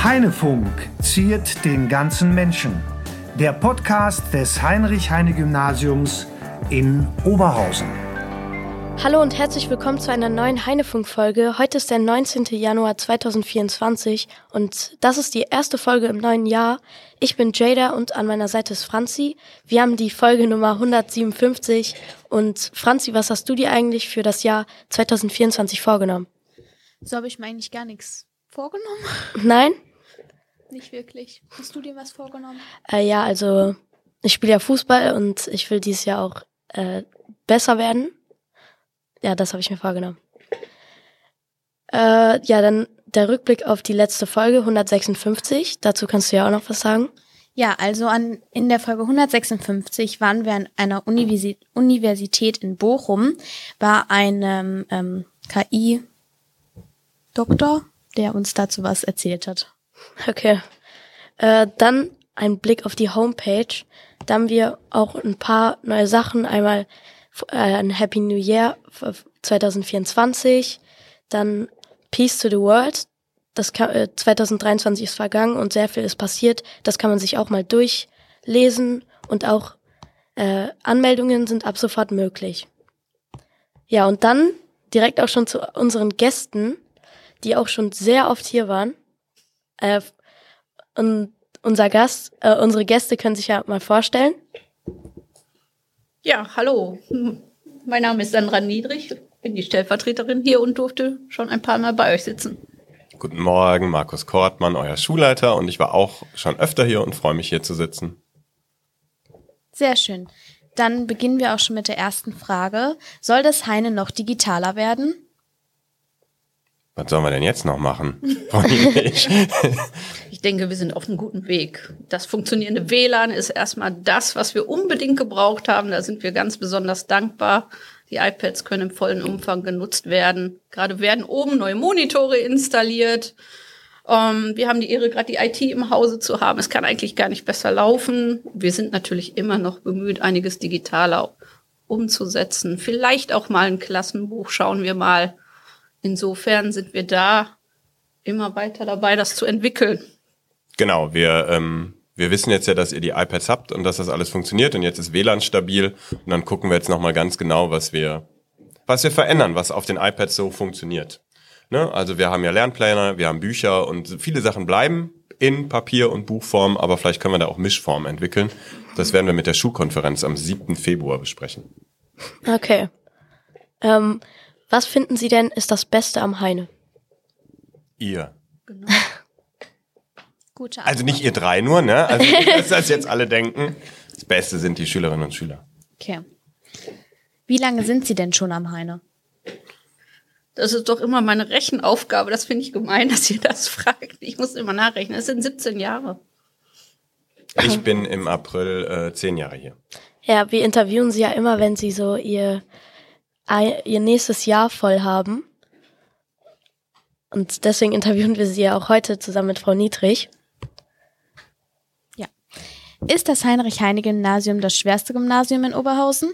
Heinefunk ziert den ganzen Menschen. Der Podcast des Heinrich-Heine-Gymnasiums in Oberhausen. Hallo und herzlich willkommen zu einer neuen Heinefunk-Folge. Heute ist der 19. Januar 2024 und das ist die erste Folge im neuen Jahr. Ich bin Jada und an meiner Seite ist Franzi. Wir haben die Folge Nummer 157 und Franzi, was hast du dir eigentlich für das Jahr 2024 vorgenommen? So habe ich mir eigentlich gar nichts vorgenommen. Nein? Nicht wirklich. Hast du dir was vorgenommen? Ja, also ich spiele ja Fußball und ich will dieses Jahr auch besser werden. Ja, das habe ich mir vorgenommen. Ja, dann der Rückblick auf die letzte Folge, 156. Dazu kannst du ja auch noch was sagen. Ja, also in der Folge 156 waren wir an einer Universität in Bochum, bei einem KI-Doktor, der uns dazu was erzählt hat. Okay. Dann ein Blick auf die Homepage. Da haben wir auch ein paar neue Sachen. Einmal ein Happy New Year 2024, dann Peace to the World. Das 2023 ist vergangen und sehr viel ist passiert. Das kann man sich auch mal durchlesen und auch Anmeldungen sind ab sofort möglich. Ja, und dann direkt auch schon zu unseren Gästen, die auch schon sehr oft hier waren. Und unsere Gäste können sich ja mal vorstellen. Ja, hallo. Mein Name ist Sandra Niedrich, bin die Stellvertreterin hier und durfte schon ein paar Mal bei euch sitzen. Guten Morgen, Markus Kortmann, euer Schulleiter, und ich war auch schon öfter hier und freue mich, hier zu sitzen. Sehr schön. Dann beginnen wir auch schon mit der ersten Frage. Soll das Heine noch digitaler werden? Was sollen wir denn jetzt noch machen? Ich denke, wir sind auf einem guten Weg. Das funktionierende WLAN ist erstmal das, was wir unbedingt gebraucht haben. Da sind wir ganz besonders dankbar. Die iPads können im vollen Umfang genutzt werden. Gerade werden oben neue Monitore installiert. Wir haben die Ehre, gerade die IT im Hause zu haben. Es kann eigentlich gar nicht besser laufen. Wir sind natürlich immer noch bemüht, einiges digitaler umzusetzen. Vielleicht auch mal ein Klassenbuch, schauen wir mal. Insofern sind wir da immer weiter dabei, das zu entwickeln. Genau, wir wissen jetzt ja, dass ihr die iPads habt und dass das alles funktioniert und jetzt ist WLAN stabil und dann gucken wir jetzt nochmal ganz genau, was wir verändern, was auf den iPads so funktioniert. Ne? Also wir haben ja Lernpläne, wir haben Bücher und viele Sachen bleiben in Papier- und Buchform, aber vielleicht können wir da auch Mischformen entwickeln. Das werden wir mit der Schulkonferenz am 7. Februar besprechen. Okay. Was finden Sie denn ist das Beste am Heine? Ihr. Genau. Gute Antwort. Also nicht ihr drei nur, ne? Also nicht, dass das jetzt alle denken. Das Beste sind die Schülerinnen und Schüler. Okay. Wie lange sind Sie denn schon am Heine? Das ist doch immer meine Rechenaufgabe. Das finde ich gemein, dass ihr das fragt. Ich muss immer nachrechnen. Es sind 17 Jahre. Ich bin im April 10 Jahre hier. Ja, wir interviewen Sie ja immer, wenn Sie so ihr nächstes Jahr voll haben. Und deswegen interviewen wir Sie ja auch heute zusammen mit Frau Niedrich. Ja. Ist das Heinrich-Heine-Gymnasium das schwerste Gymnasium in Oberhausen?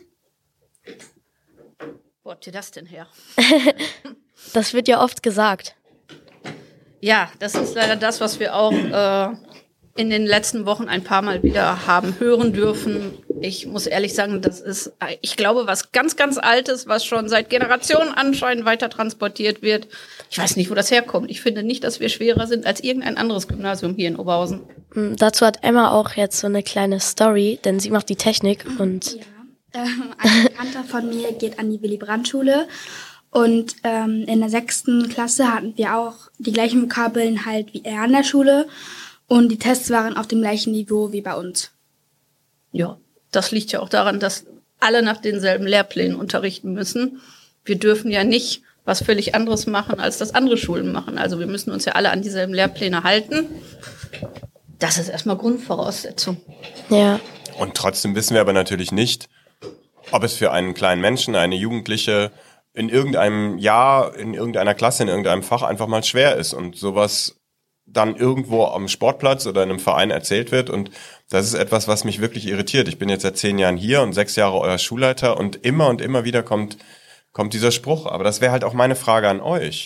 Wo habt ihr das denn her? Das wird ja oft gesagt. Ja, das ist leider das, was wir auch in den letzten Wochen ein paar Mal wieder haben hören dürfen. Ich muss ehrlich sagen, das ist, ich glaube, was ganz, ganz Altes, was schon seit Generationen anscheinend weiter transportiert wird. Ich weiß nicht, wo das herkommt. Ich finde nicht, dass wir schwerer sind als irgendein anderes Gymnasium hier in Oberhausen. Dazu hat Emma auch jetzt so eine kleine Story, denn sie macht die Technik und... Ja, ein Bekannter von mir geht an die Willy-Brandt-Schule und in der 6. Klasse hatten wir auch die gleichen Vokabeln halt wie er an der Schule und die Tests waren auf dem gleichen Niveau wie bei uns. Ja, das liegt ja auch daran, dass alle nach denselben Lehrplänen unterrichten müssen. Wir dürfen ja nicht was völlig anderes machen, als das andere Schulen machen. Also wir müssen uns ja alle an dieselben Lehrpläne halten. Das ist erstmal Grundvoraussetzung. Ja. Und trotzdem wissen wir aber natürlich nicht, ob es für einen kleinen Menschen, eine Jugendliche in irgendeinem Jahr, in irgendeiner Klasse, in irgendeinem Fach einfach mal schwer ist und sowas dann irgendwo am Sportplatz oder in einem Verein erzählt wird. Und das ist etwas, was mich wirklich irritiert. Ich bin jetzt seit 10 Jahren hier und 6 Jahre euer Schulleiter und immer wieder kommt dieser Spruch. Aber das wäre halt auch meine Frage an euch.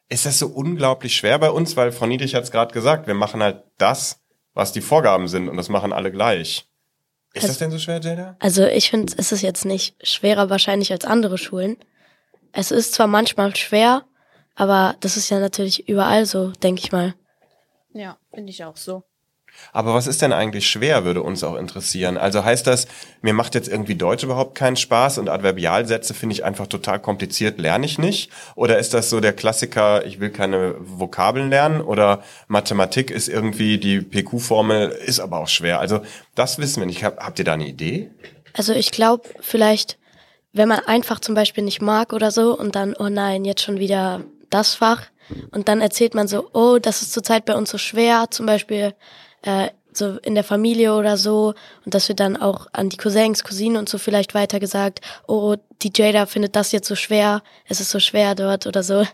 ist das so unglaublich schwer bei uns, weil Frau Niedrich hat es gerade gesagt, wir machen halt das, was die Vorgaben sind und das machen alle gleich. Ist das denn so schwer, Jada? Also ich finde, es ist jetzt nicht schwerer wahrscheinlich als andere Schulen. Es ist zwar manchmal schwer, aber das ist ja natürlich überall so, denke ich mal. Ja, finde ich auch so. Aber was ist denn eigentlich schwer, würde uns auch interessieren. Also heißt das, mir macht jetzt irgendwie Deutsch überhaupt keinen Spaß und Adverbialsätze finde ich einfach total kompliziert, lerne ich nicht? Oder ist das so der Klassiker, ich will keine Vokabeln lernen? Oder Mathematik ist irgendwie, die PQ-Formel ist aber auch schwer. Also das wissen wir nicht. Habt ihr da eine Idee? Also ich glaube vielleicht, wenn man einfach zum Beispiel nicht mag oder so und dann, oh nein, jetzt schon wieder das Fach. Und dann erzählt man so, oh, das ist zurzeit bei uns so schwer, zum Beispiel so in der Familie oder so. Und das wird dann auch an die Cousins, Cousinen und so vielleicht weitergesagt, oh, die Jada findet das jetzt so schwer, es ist so schwer dort oder so.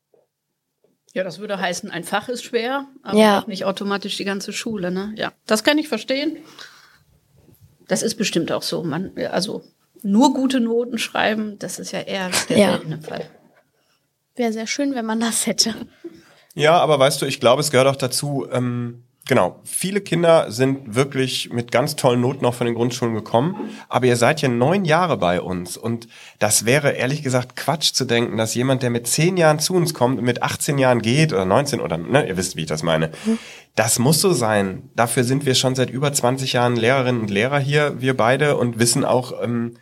Ja, das würde heißen, ein Fach ist schwer, aber auch nicht automatisch die ganze Schule, ne? Ja, das kann ich verstehen. Das ist bestimmt auch so. Also nur gute Noten schreiben, das ist ja eher der seltene Fall. Wäre sehr schön, wenn man das hätte. Ja, aber weißt du, ich glaube, es gehört auch dazu, genau, viele Kinder sind wirklich mit ganz tollen Noten auch von den Grundschulen gekommen, aber ihr seid ja 9 Jahre bei uns und das wäre ehrlich gesagt Quatsch zu denken, dass jemand, der mit 10 Jahren zu uns kommt und mit 18 Jahren geht oder 19 oder, ne, ihr wisst, wie ich das meine. Das muss so sein. Dafür sind wir schon seit über 20 Jahren Lehrerinnen und Lehrer hier, wir beide, und wissen auch,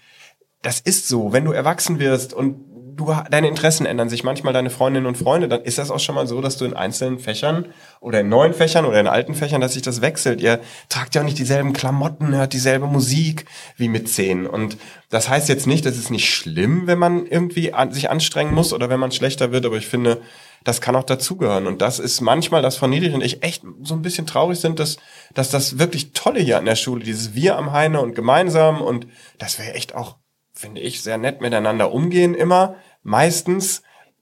das ist so, wenn du erwachsen wirst und deine Interessen ändern sich, manchmal deine Freundinnen und Freunde, dann ist das auch schon mal so, dass du in einzelnen Fächern oder in neuen Fächern oder in alten Fächern, dass sich das wechselt. Ihr tragt ja auch nicht dieselben Klamotten, hört dieselbe Musik wie mit 10. Und das heißt jetzt nicht, dass es nicht schlimm, wenn man irgendwie sich anstrengen muss oder wenn man schlechter wird, aber ich finde, das kann auch dazugehören. Und das ist manchmal, dass Frau Niedrich und ich echt so ein bisschen traurig sind, dass das wirklich Tolle hier an der Schule, dieses Wir am Heine und gemeinsam, und dass wir echt auch, finde ich, sehr nett miteinander umgehen immer, meistens,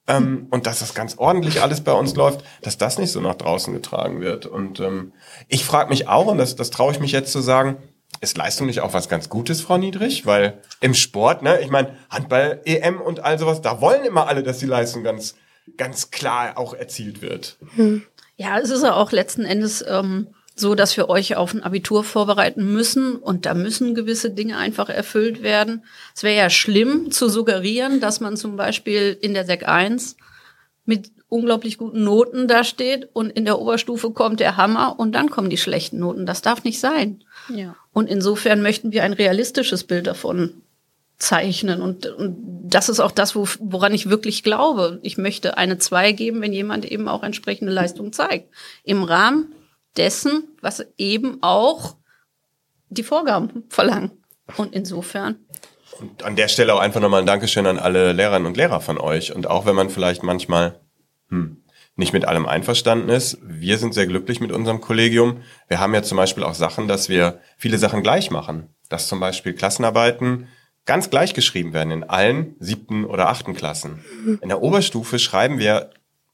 und dass das ganz ordentlich alles bei uns läuft, dass das nicht so nach draußen getragen wird. Und ich frage mich auch, und das traue ich mich jetzt zu sagen, ist Leistung nicht auch was ganz Gutes, Frau Niedrich? Weil im Sport, ne, ich meine, Handball, EM und all sowas, da wollen immer alle, dass die Leistung ganz klar auch erzielt wird. Ja, es ist ja auch letzten Endes so, dass wir euch auf ein Abitur vorbereiten müssen und da müssen gewisse Dinge einfach erfüllt werden. Es wäre ja schlimm zu suggerieren, dass man zum Beispiel in der Sek 1 mit unglaublich guten Noten da steht und in der Oberstufe kommt der Hammer und dann kommen die schlechten Noten. Das darf nicht sein. Ja. Und insofern möchten wir ein realistisches Bild davon zeichnen und das ist auch das, woran ich wirklich glaube. Ich möchte eine 2 geben, wenn jemand eben auch entsprechende Leistung zeigt. Im Rahmen dessen, was eben auch die Vorgaben verlangen. Und insofern. Und an der Stelle auch einfach nochmal ein Dankeschön an alle Lehrerinnen und Lehrer von euch. Und auch wenn man vielleicht manchmal nicht mit allem einverstanden ist, wir sind sehr glücklich mit unserem Kollegium. Wir haben ja zum Beispiel auch Sachen, dass wir viele Sachen gleich machen. Dass zum Beispiel Klassenarbeiten ganz gleich geschrieben werden in allen 7. oder 8. Klassen. In der Oberstufe schreiben wir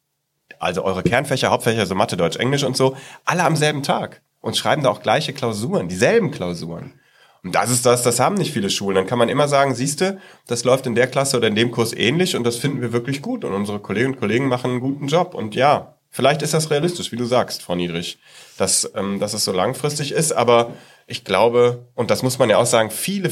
also eure Kernfächer, Hauptfächer, so Mathe, Deutsch, Englisch und so, alle am selben Tag und schreiben da auch gleiche Klausuren, dieselben Klausuren. Und das haben nicht viele Schulen. Dann kann man immer sagen, siehste, das läuft in der Klasse oder in dem Kurs ähnlich und das finden wir wirklich gut und unsere Kolleginnen und Kollegen machen einen guten Job. Und ja, vielleicht ist das realistisch, wie du sagst, Frau Niedrich, dass es so langfristig ist, aber ich glaube, und das muss man ja auch sagen, viele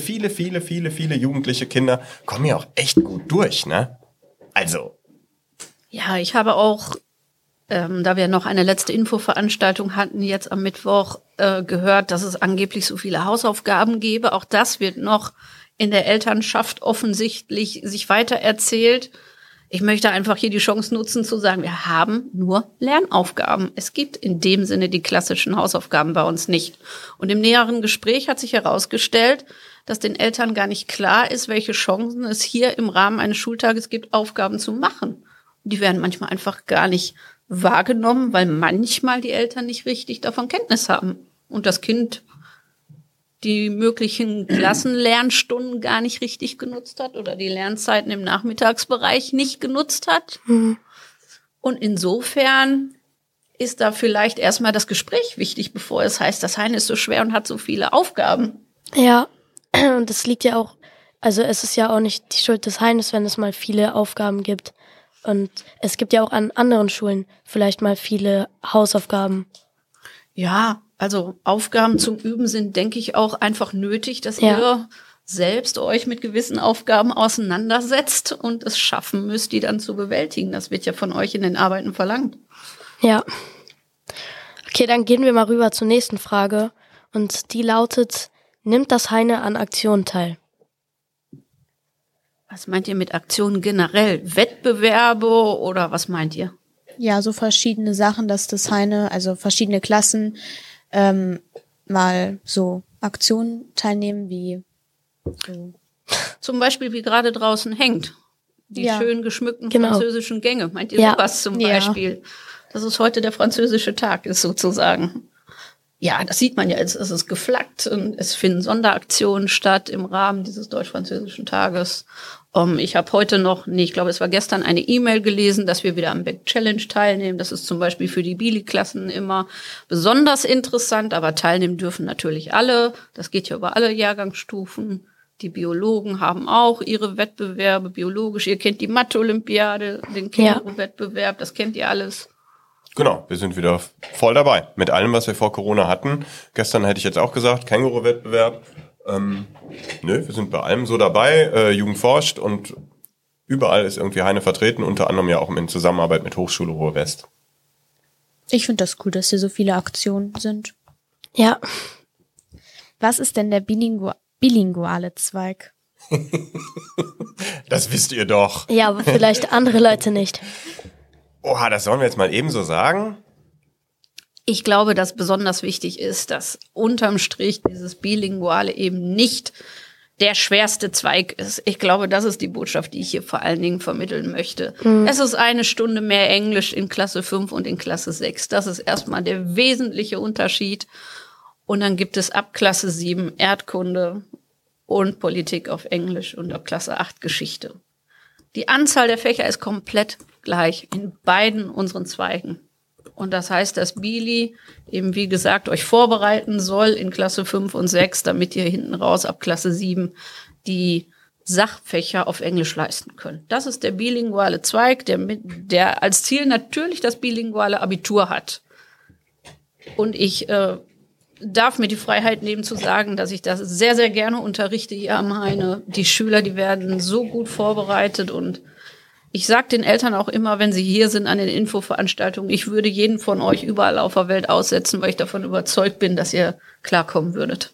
jugendliche Kinder kommen ja auch echt gut durch, ne? Also ja, ich habe auch, da wir noch eine letzte Infoveranstaltung hatten, jetzt am Mittwoch gehört, dass es angeblich so viele Hausaufgaben gäbe. Auch das wird noch in der Elternschaft offensichtlich sich weiter erzählt. Ich möchte einfach hier die Chance nutzen zu sagen, wir haben nur Lernaufgaben. Es gibt in dem Sinne die klassischen Hausaufgaben bei uns nicht. Und im näheren Gespräch hat sich herausgestellt, dass den Eltern gar nicht klar ist, welche Chancen es hier im Rahmen eines Schultages gibt, Aufgaben zu machen. Die werden manchmal einfach gar nicht wahrgenommen, weil manchmal die Eltern nicht richtig davon Kenntnis haben und das Kind die möglichen Klassenlernstunden gar nicht richtig genutzt hat oder die Lernzeiten im Nachmittagsbereich nicht genutzt hat. Und insofern ist da vielleicht erstmal das Gespräch wichtig, bevor es heißt, das Heine ist so schwer und hat so viele Aufgaben. Ja, und das liegt ja auch, also es ist ja auch nicht die Schuld des Heines, wenn es mal viele Aufgaben gibt. Und es gibt ja auch an anderen Schulen vielleicht mal viele Hausaufgaben. Ja, also Aufgaben zum Üben sind, denke ich, auch einfach nötig, dass ihr selbst euch mit gewissen Aufgaben auseinandersetzt und es schaffen müsst, die dann zu bewältigen. Das wird ja von euch in den Arbeiten verlangt. Ja. Okay, dann gehen wir mal rüber zur nächsten Frage. Und die lautet, nimmt das Heine an Aktionen teil? Was meint ihr mit Aktionen generell? Wettbewerbe oder was meint ihr? Ja, so verschiedene Sachen, dass das Heine, also verschiedene Klassen mal so Aktionen teilnehmen, wie so. Zum Beispiel, wie gerade draußen hängt. Die schön geschmückten französischen Gänge. Meint ihr sowas zum Beispiel? Dass es heute der französische Tag ist, sozusagen. Ja, das sieht man ja, es ist geflaggt und es finden Sonderaktionen statt im Rahmen dieses deutsch-französischen Tages. Ich habe heute noch, ich glaube, es war gestern, eine E-Mail gelesen, dass wir wieder am Back Challenge teilnehmen. Das ist zum Beispiel für die Bili-Klassen immer besonders interessant, aber teilnehmen dürfen natürlich alle. Das geht ja über alle Jahrgangsstufen. Die Biologen haben auch ihre Wettbewerbe, biologisch. Ihr kennt die Mathe-Olympiade, den Känguru-Wettbewerb, das kennt ihr alles. Genau, wir sind wieder voll dabei. Mit allem, was wir vor Corona hatten. Gestern hätte ich jetzt auch gesagt, Känguru-Wettbewerb. Wir sind bei allem so dabei. Jugend forscht und überall ist irgendwie Heine vertreten, unter anderem ja auch in Zusammenarbeit mit Hochschule Ruhr West. Ich finde das gut, dass hier so viele Aktionen sind. Ja. Was ist denn der bilinguale Zweig? Das wisst ihr doch. Ja, aber vielleicht andere Leute nicht. Oha, das sollen wir jetzt mal ebenso sagen? Ich glaube, dass besonders wichtig ist, dass unterm Strich dieses Bilinguale eben nicht der schwerste Zweig ist. Ich glaube, das ist die Botschaft, die ich hier vor allen Dingen vermitteln möchte. Es ist 1 Stunde mehr Englisch in Klasse 5 und in Klasse 6. Das ist erstmal der wesentliche Unterschied. Und dann gibt es ab Klasse 7 Erdkunde und Politik auf Englisch und ab Klasse 8 Geschichte. Die Anzahl der Fächer ist komplett gleich in beiden unseren Zweigen. Und das heißt, dass Bili eben, wie gesagt, euch vorbereiten soll in Klasse 5 und 6, damit ihr hinten raus ab Klasse 7 die Sachfächer auf Englisch leisten könnt. Das ist der bilinguale Zweig, der als Ziel natürlich das bilinguale Abitur hat. Und ich darf mir die Freiheit nehmen zu sagen, dass ich das sehr, sehr gerne unterrichte hier am Heine. Die Schüler, die werden so gut vorbereitet und ich sage den Eltern auch immer, wenn sie hier sind an den Infoveranstaltungen, ich würde jeden von euch überall auf der Welt aussetzen, weil ich davon überzeugt bin, dass ihr klarkommen würdet.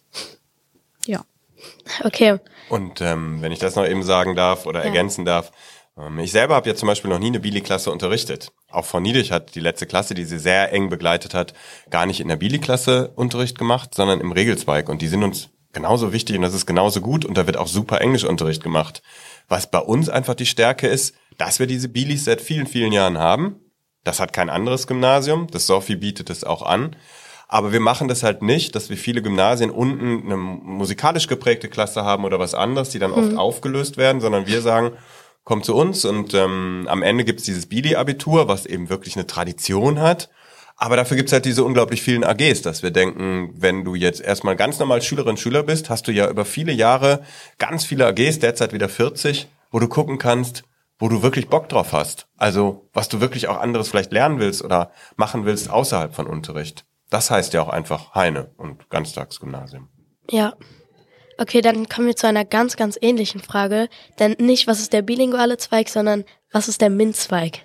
Ja. Okay. Und wenn ich das noch eben sagen darf oder ergänzen darf, ich selber habe ja zum Beispiel noch nie eine Bili-Klasse unterrichtet. Auch Frau Niedrich hat die letzte Klasse, die sie sehr eng begleitet hat, gar nicht in der Bili-Klasse Unterricht gemacht, sondern im Regelzweig. Und die sind uns genauso wichtig und das ist genauso gut und da wird auch super Englischunterricht gemacht. Was bei uns einfach die Stärke ist, dass wir diese Bilis seit vielen, vielen Jahren haben. Das hat kein anderes Gymnasium. Das Sophie bietet es auch an. Aber wir machen das halt nicht, dass wir viele Gymnasien unten eine musikalisch geprägte Klasse haben oder was anderes, die dann oft aufgelöst werden, sondern wir sagen, kommt zu uns und am Ende gibt's dieses Bili-Abitur, was eben wirklich eine Tradition hat. Aber dafür gibt's halt diese unglaublich vielen AGs, dass wir denken, wenn du jetzt erstmal ganz normal Schülerin, Schüler bist, hast du ja über viele Jahre ganz viele AGs, derzeit wieder 40, wo du gucken kannst, wo du wirklich Bock drauf hast. Also was du wirklich auch anderes vielleicht lernen willst oder machen willst außerhalb von Unterricht. Das heißt ja auch einfach Heine und Ganztagsgymnasium. Ja. Okay, dann kommen wir zu einer ganz, ganz ähnlichen Frage. Denn nicht, was ist der bilinguale Zweig, sondern was ist der MINT-Zweig?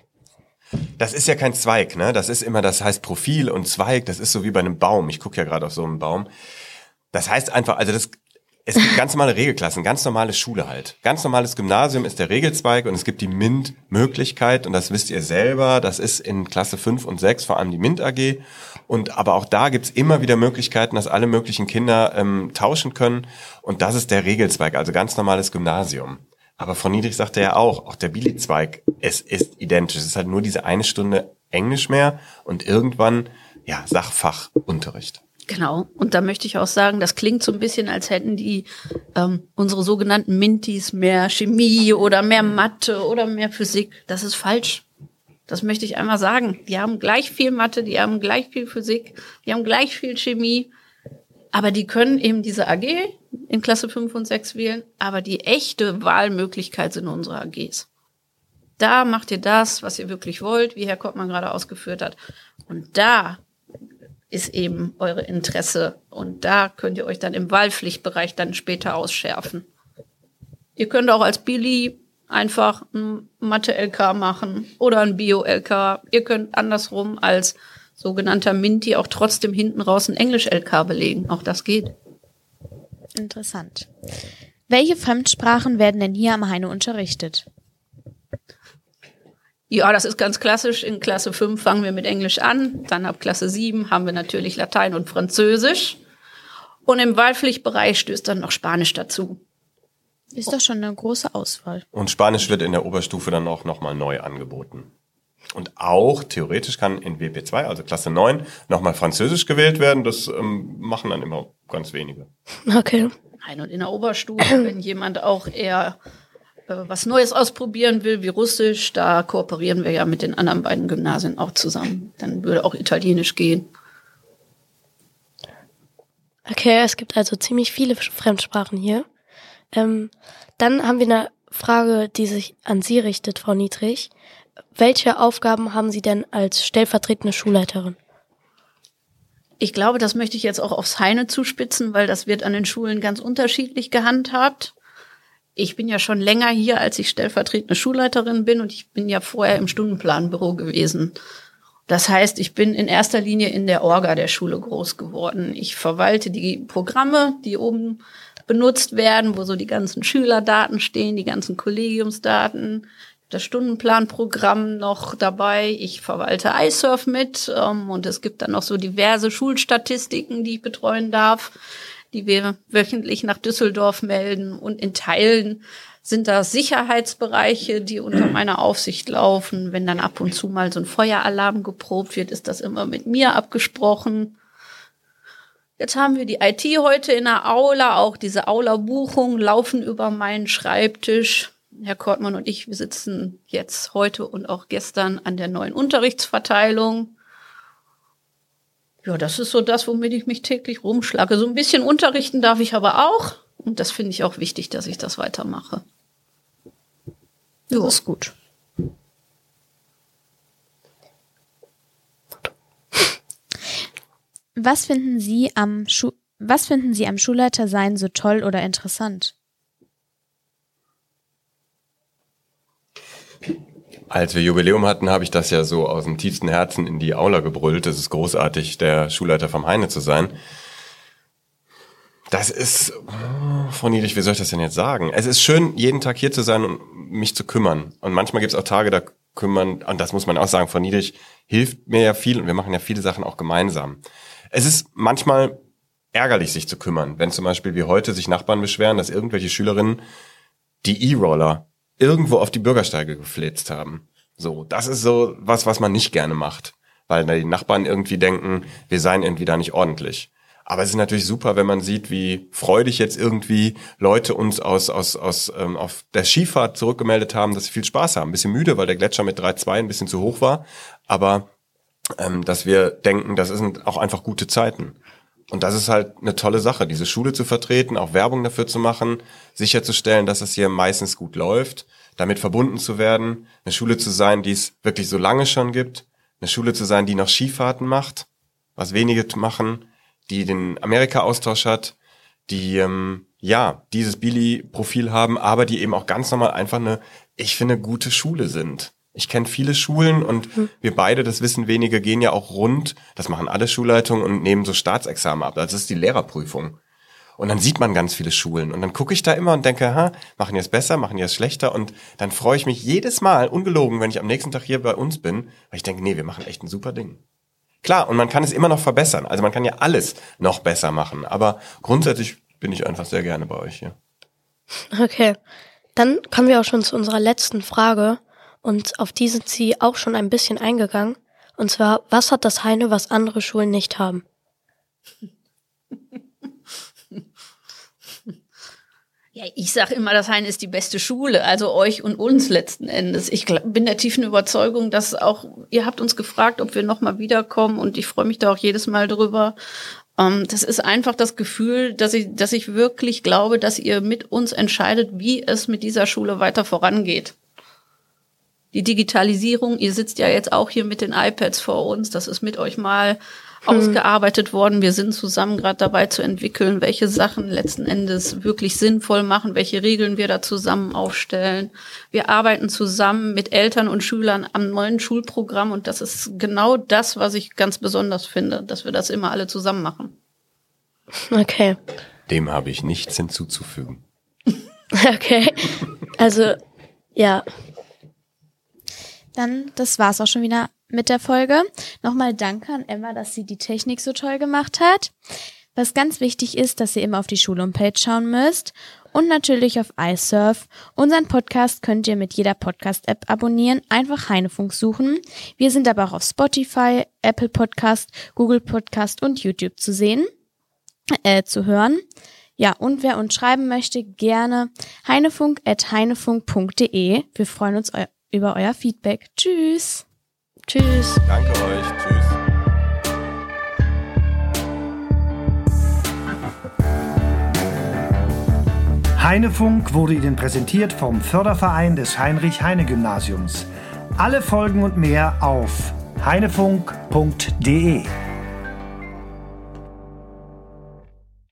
Das ist ja kein Zweig, ne? Das ist immer, das heißt Profil und Zweig, das ist so wie bei einem Baum. Ich gucke ja gerade auf so einen Baum. Das heißt einfach, es gibt ganz normale Regelklassen, ganz normale Schule halt. Ganz normales Gymnasium ist der Regelzweig und es gibt die MINT-Möglichkeit und das wisst ihr selber, das ist in Klasse 5 und 6 vor allem die MINT-AG und aber auch da gibt's immer wieder Möglichkeiten, dass alle möglichen Kinder tauschen können und das ist der Regelzweig, also ganz normales Gymnasium. Aber Frau Niedrich sagte ja auch der Bili-Zweig, es ist identisch, es ist halt nur diese 1 Stunde Englisch mehr und irgendwann, ja, Sachfachunterricht. Genau. Und da möchte ich auch sagen, das klingt so ein bisschen, als hätten die unsere sogenannten Mintis mehr Chemie oder mehr Mathe oder mehr Physik. Das ist falsch. Das möchte ich einmal sagen. Die haben gleich viel Mathe, die haben gleich viel Physik, die haben gleich viel Chemie. Aber die können eben diese AG in Klasse 5 und 6 wählen. Aber die echte Wahlmöglichkeit sind unsere AGs. Da macht ihr das, was ihr wirklich wollt, wie Herr Kottmann gerade ausgeführt hat. Und da ist eben eure Interesse. Und da könnt ihr euch dann im Wahlpflichtbereich dann später ausschärfen. Ihr könnt auch als Billy einfach ein Mathe-LK machen oder ein Bio-LK. Ihr könnt andersrum als sogenannter Minty auch trotzdem hinten raus ein Englisch-LK belegen. Auch das geht. Interessant. Welche Fremdsprachen werden denn hier am Heine unterrichtet? Ja, das ist ganz klassisch. In Klasse 5 fangen wir mit Englisch an. Dann ab Klasse 7 haben wir natürlich Latein und Französisch. Und im Wahlpflichtbereich stößt dann noch Spanisch dazu. Ist doch schon eine große Auswahl. Und Spanisch wird in der Oberstufe dann auch nochmal neu angeboten. Und auch theoretisch kann in WP2, also Klasse 9, nochmal Französisch gewählt werden. Das machen dann immer ganz wenige. Okay. Nein, und in der Oberstufe, wenn jemand auch eher was Neues ausprobieren will, wie Russisch, da kooperieren wir ja mit den anderen beiden Gymnasien auch zusammen. Dann würde auch Italienisch gehen. Okay, es gibt also ziemlich viele Fremdsprachen hier. Dann haben wir eine Frage, die sich an Sie richtet, Frau Niedrig. Welche Aufgaben haben Sie denn als stellvertretende Schulleiterin? Ich glaube, das möchte ich jetzt auch aufs Heine zuspitzen, weil das wird an den Schulen ganz unterschiedlich gehandhabt. Ich bin ja schon länger hier, als ich stellvertretende Schulleiterin bin, und ich bin ja vorher im Stundenplanbüro gewesen. Das heißt, ich bin in erster Linie in der Orga der Schule groß geworden. Ich verwalte die Programme, die oben benutzt werden, wo so die ganzen Schülerdaten stehen, die ganzen Kollegiumsdaten, das Stundenplanprogramm noch dabei. Ich verwalte iSurf mit und es gibt dann noch so diverse Schulstatistiken, die ich betreuen darf, die wir wöchentlich nach Düsseldorf melden. Und in Teilen sind da Sicherheitsbereiche, die unter meiner Aufsicht laufen. Wenn dann ab und zu mal so ein Feueralarm geprobt wird, ist das immer mit mir abgesprochen. Jetzt haben wir die IT heute in der Aula, auch diese Aula-Buchungen laufen über meinen Schreibtisch. Herr Kortmann und ich, wir sitzen jetzt heute und auch gestern an der neuen Unterrichtsverteilung. Ja, das ist so das, womit ich mich täglich rumschlage. So ein bisschen unterrichten darf ich aber auch. Und das finde ich auch wichtig, dass ich das weitermache. Das ist gut. Was finden Sie am Schulleitersein so toll oder interessant? Als wir Jubiläum hatten, habe ich das ja so aus dem tiefsten Herzen in die Aula gebrüllt. Es ist großartig, der Schulleiter vom Heine zu sein. Das ist, Frau Niedrig, wie soll ich das denn jetzt sagen? Es ist schön, jeden Tag hier zu sein und mich zu kümmern. Und manchmal gibt es auch Tage, da kümmern, und das muss man auch sagen, Frau Niedrig hilft mir ja viel und wir machen ja viele Sachen auch gemeinsam. Es ist manchmal ärgerlich, sich zu kümmern, wenn zum Beispiel wie heute sich Nachbarn beschweren, dass irgendwelche Schülerinnen die E-Roller irgendwo auf die Bürgersteige geflitzt haben. So, das ist so was man nicht gerne macht, weil die Nachbarn irgendwie denken, wir seien irgendwie da nicht ordentlich. Aber es ist natürlich super, wenn man sieht, wie freudig jetzt irgendwie Leute uns aus auf der Skifahrt zurückgemeldet haben, dass sie viel Spaß haben. Ein bisschen müde, weil der Gletscher mit 3,2 ein bisschen zu hoch war, aber dass wir denken, das sind auch einfach gute Zeiten. Und das ist halt eine tolle Sache, diese Schule zu vertreten, auch Werbung dafür zu machen, sicherzustellen, dass es hier meistens gut läuft, damit verbunden zu werden, eine Schule zu sein, die es wirklich so lange schon gibt, eine Schule zu sein, die noch Skifahrten macht, was wenige machen, die den Amerika-Austausch hat, die dieses Billy-Profil haben, aber die eben auch ganz normal einfach ich finde, gute Schule sind. Ich kenne viele Schulen und wir beide, das wissen wenige, gehen ja auch rund, das machen alle Schulleitungen und nehmen so Staatsexamen ab. Das ist die Lehrerprüfung. Und dann sieht man ganz viele Schulen und dann gucke ich da immer und denke, machen die es besser, machen die es schlechter, und dann freue ich mich jedes Mal, ungelogen, wenn ich am nächsten Tag hier bei uns bin, weil ich denke, nee, wir machen echt ein super Ding. Klar, und man kann es immer noch verbessern, also man kann ja alles noch besser machen, aber grundsätzlich bin ich einfach sehr gerne bei euch hier. Okay, dann kommen wir auch schon zu unserer letzten Frage. Und auf die sind Sie auch schon ein bisschen eingegangen. Und zwar, was hat das Heine, was andere Schulen nicht haben? Ja, ich sage immer, das Heine ist die beste Schule, also euch und uns letzten Endes. Ich bin der tiefen Überzeugung, dass auch, ihr habt uns gefragt, ob wir nochmal wiederkommen, und ich freue mich da auch jedes Mal drüber. Das ist einfach das Gefühl, dass ich wirklich glaube, dass ihr mit uns entscheidet, wie es mit dieser Schule weiter vorangeht. die Digitalisierung, ihr sitzt ja jetzt auch hier mit den iPads vor uns, das ist mit euch mal ausgearbeitet worden. Wir sind zusammen gerade dabei zu entwickeln, welche Sachen letzten Endes wirklich sinnvoll machen, welche Regeln wir da zusammen aufstellen. Wir arbeiten zusammen mit Eltern und Schülern am neuen Schulprogramm und das ist genau das, was ich ganz besonders finde, dass wir das immer alle zusammen machen. Okay. Dem habe ich nichts hinzuzufügen. Okay. Also, ja. Dann, das war's auch schon wieder mit der Folge. Nochmal danke an Emma, dass sie die Technik so toll gemacht hat. Was ganz wichtig ist, dass ihr immer auf die Schul-Homepage schauen müsst und natürlich auf iSurf. Unseren Podcast könnt ihr mit jeder Podcast-App abonnieren, einfach Heinefunk suchen. Wir sind aber auch auf Spotify, Apple Podcast, Google Podcast und YouTube zu hören. Ja, und wer uns schreiben möchte, gerne heinefunk@heinefunk.de. Wir freuen uns über euer Feedback. Tschüss. Tschüss. Danke euch. Tschüss. Heinefunk wurde Ihnen präsentiert vom Förderverein des Heinrich-Heine-Gymnasiums. Alle Folgen und mehr auf heinefunk.de.